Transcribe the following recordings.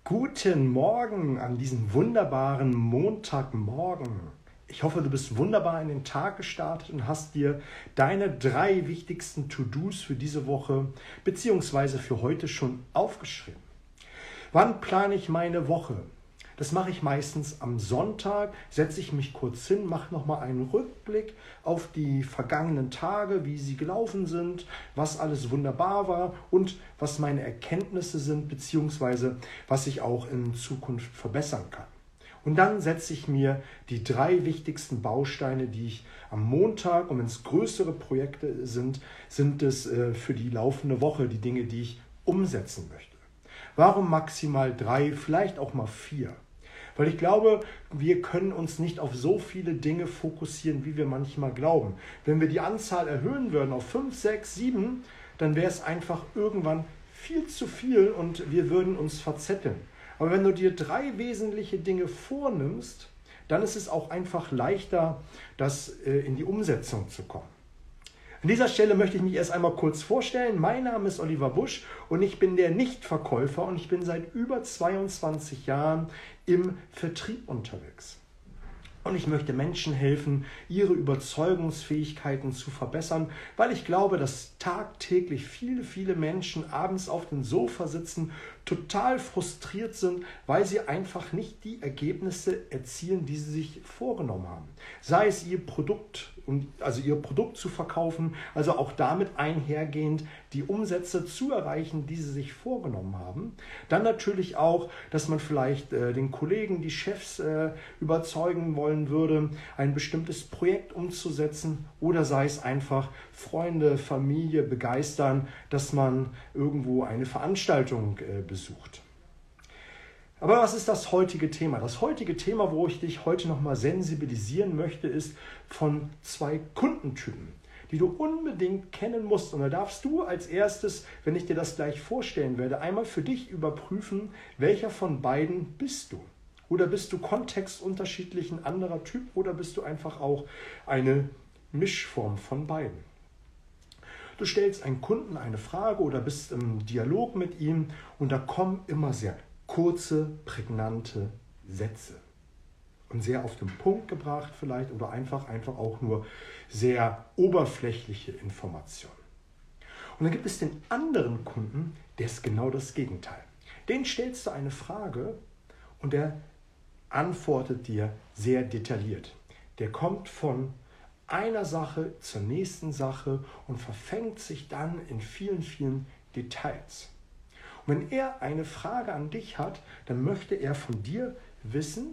Guten Morgen an diesem wunderbaren Montagmorgen. Ich hoffe, du bist wunderbar in den Tag gestartet und hast dir deine 3 wichtigsten To-Dos für diese Woche bzw. für heute schon aufgeschrieben. Wann plane ich meine Woche? Das mache ich meistens am Sonntag, setze ich mich kurz hin, mache nochmal einen Rückblick auf die vergangenen Tage, wie sie gelaufen sind, was alles wunderbar war und was meine Erkenntnisse sind, beziehungsweise was ich auch in Zukunft verbessern kann. Und dann setze ich mir die 3 wichtigsten Bausteine, die ich am Montag, und wenn es größere Projekte sind, sind es für die laufende Woche die Dinge, die ich umsetzen möchte. Warum maximal 3, vielleicht auch mal 4? Weil ich glaube, wir können uns nicht auf so viele Dinge fokussieren, wie wir manchmal glauben. Wenn wir die Anzahl erhöhen würden auf 5, 6, 7, dann wäre es einfach irgendwann viel zu viel und wir würden uns verzetteln. Aber wenn du dir 3 wesentliche Dinge vornimmst, dann ist es auch einfach leichter, in die Umsetzung zu kommen. An dieser Stelle möchte ich mich erst einmal kurz vorstellen. Mein Name ist Oliver Busch und ich bin der Nichtverkäufer und ich bin seit über 22 Jahren im Vertrieb unterwegs. Und ich möchte Menschen helfen, ihre Überzeugungsfähigkeiten zu verbessern, weil ich glaube, dass tagtäglich viele Menschen abends auf dem Sofa sitzen, total frustriert sind, weil sie einfach nicht die Ergebnisse erzielen, die sie sich vorgenommen haben. Sei es ihr Produkt zu verkaufen, also auch damit einhergehend die Umsätze zu erreichen, die sie sich vorgenommen haben. Dann natürlich auch, dass man vielleicht den Kollegen, die Chefs überzeugen wollen würde, ein bestimmtes Projekt umzusetzen, oder sei es einfach Freunde, Familie begeistern, dass man irgendwo eine Veranstaltung besucht. Aber was ist das heutige Thema? Das heutige Thema, wo ich dich heute nochmal sensibilisieren möchte, ist von 2 Kundentypen, die du unbedingt kennen musst. Und da darfst du als erstes, wenn ich dir das gleich vorstellen werde, einmal für dich überprüfen, welcher von beiden bist du? Oder bist du kontextunterschiedlich ein anderer Typ oder bist du einfach auch eine Mischform von beiden? Du stellst einen Kunden eine Frage oder bist im Dialog mit ihm und da kommen immer sehr kurze, prägnante Sätze. Und sehr auf den Punkt gebracht vielleicht oder einfach auch nur sehr oberflächliche Informationen. Und dann gibt es den anderen Kunden, der ist genau das Gegenteil. Den stellst du eine Frage und der antwortet dir sehr detailliert. Der kommt von einer Sache zur nächsten Sache und verfängt sich dann in vielen Details. Und wenn er eine Frage an dich hat, dann möchte er von dir wissen,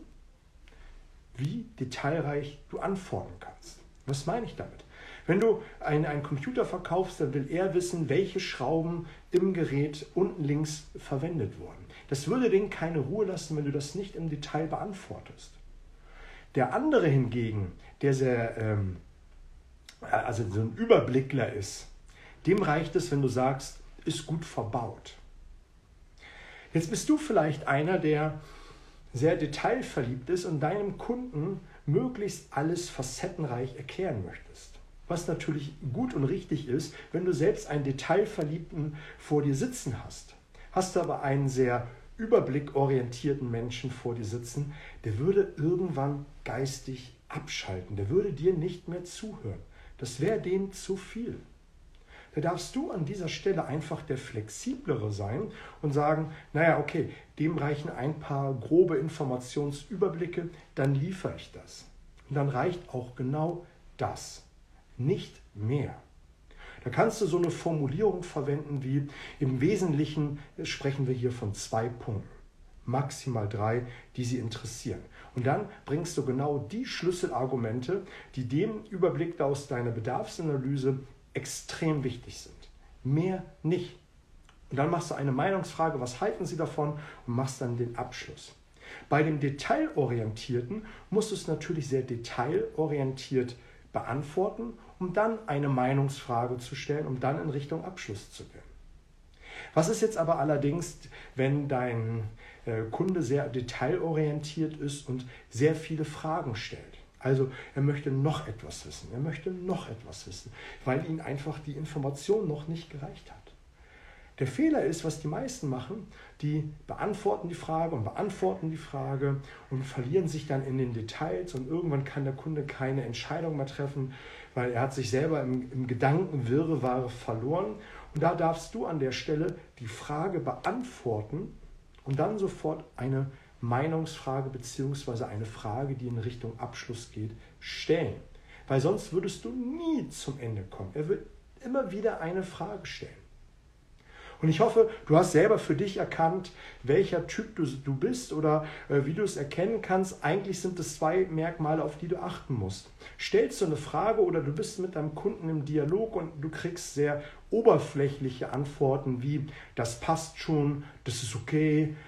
wie detailreich du antworten kannst. Was meine ich damit? Wenn du einen Computer verkaufst, dann will er wissen, welche Schrauben im Gerät unten links verwendet wurden. Das würde den keine Ruhe lassen, wenn du das nicht im Detail beantwortest. Der andere hingegen, der so ein Überblickler ist, dem reicht es, wenn du sagst, ist gut verbaut. Jetzt bist du vielleicht einer, der sehr detailverliebt ist und deinem Kunden möglichst alles facettenreich erklären möchtest. Was natürlich gut und richtig ist, wenn du selbst einen Detailverliebten vor dir sitzen hast. Hast du aber einen sehr überblickorientierten Menschen vor dir sitzen, der würde irgendwann geistig abschalten. Der würde dir nicht mehr zuhören. Das wäre dem zu viel. Da darfst du an dieser Stelle einfach der Flexiblere sein und sagen, naja, okay, dem reichen ein paar grobe Informationsüberblicke, dann liefere ich das. Und dann reicht auch genau das, nicht mehr. Da kannst du so eine Formulierung verwenden wie, im Wesentlichen sprechen wir hier von 2 Punkten, maximal 3, die sie interessieren. Und dann bringst du genau die Schlüsselargumente, die dem Überblick aus deiner Bedarfsanalyse extrem wichtig sind. Mehr nicht. Und dann machst du eine Meinungsfrage, was halten Sie davon, und machst dann den Abschluss. Bei dem Detailorientierten musst du es natürlich sehr detailorientiert beantworten, um dann eine Meinungsfrage zu stellen, um dann in Richtung Abschluss zu gehen. Was ist jetzt aber allerdings, wenn dein Kunde sehr detailorientiert ist und sehr viele Fragen stellt? Also er möchte noch etwas wissen, weil ihm einfach die Information noch nicht gereicht hat. Der Fehler ist, was die meisten machen, die beantworten die Frage und verlieren sich dann in den Details und irgendwann kann der Kunde keine Entscheidung mehr treffen, weil er hat sich selber im Gedankenwirrwarr verloren. Und da darfst du an der Stelle die Frage beantworten und dann sofort eine Meinungsfrage bzw. eine Frage, die in Richtung Abschluss geht, stellen. Weil sonst würdest du nie zum Ende kommen. Er wird immer wieder eine Frage stellen. Und ich hoffe, du hast selber für dich erkannt, welcher Typ du bist oder wie du es erkennen kannst. Eigentlich sind es 2 Merkmale, auf die du achten musst. Stellst du eine Frage oder du bist mit deinem Kunden im Dialog und du kriegst sehr oberflächliche Antworten wie, das passt schon, das ist okay,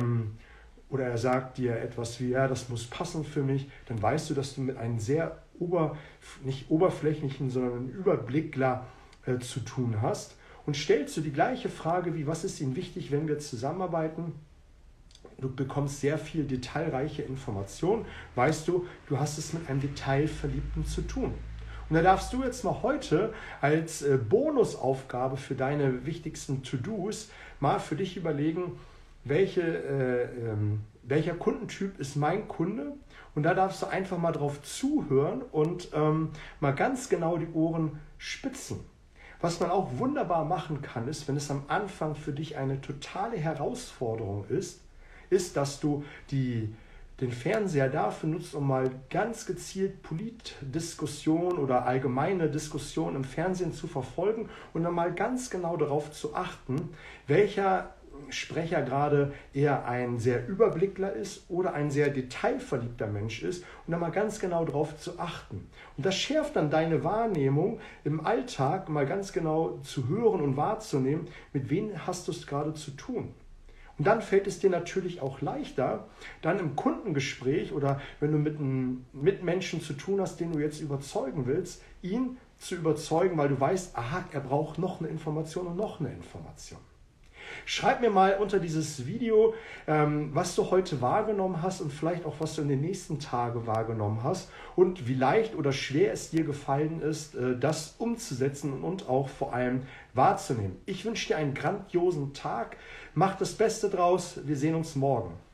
oder er sagt dir etwas wie, ja, das muss passen für mich, dann weißt du, dass du mit einem sehr nicht oberflächlichen, sondern einem Überblickler zu tun hast. Und stellst du die gleiche Frage wie, was ist Ihnen wichtig, wenn wir zusammenarbeiten? Du bekommst sehr viel detailreiche Informationen. Weißt du, du hast es mit einem Detailverliebten zu tun. Und da darfst du jetzt mal heute als Bonusaufgabe für deine wichtigsten To-Dos mal für dich überlegen, welcher Kundentyp ist mein Kunde? Und da darfst du einfach mal drauf zuhören und mal ganz genau die Ohren spitzen. Was man auch wunderbar machen kann, ist, wenn es am Anfang für dich eine totale Herausforderung ist, dass du den Fernseher dafür nutzt, um mal ganz gezielt Politdiskussionen oder allgemeine Diskussionen im Fernsehen zu verfolgen und dann mal ganz genau darauf zu achten, welcher Sprecher gerade eher ein sehr Überblickler ist oder ein sehr detailverliebter Mensch ist und da mal ganz genau darauf zu achten. Und das schärft dann deine Wahrnehmung im Alltag, mal ganz genau zu hören und wahrzunehmen, mit wem hast du es gerade zu tun. Und dann fällt es dir natürlich auch leichter, dann im Kundengespräch oder wenn du mit einem Mitmenschen zu tun hast, den du jetzt überzeugen willst, ihn zu überzeugen, weil du weißt, aha, er braucht noch eine Information und noch eine Information. Schreib mir mal unter dieses Video, was du heute wahrgenommen hast und vielleicht auch, was du in den nächsten Tagen wahrgenommen hast und wie leicht oder schwer es dir gefallen ist, das umzusetzen und auch vor allem wahrzunehmen. Ich wünsche dir einen grandiosen Tag. Mach das Beste draus. Wir sehen uns morgen.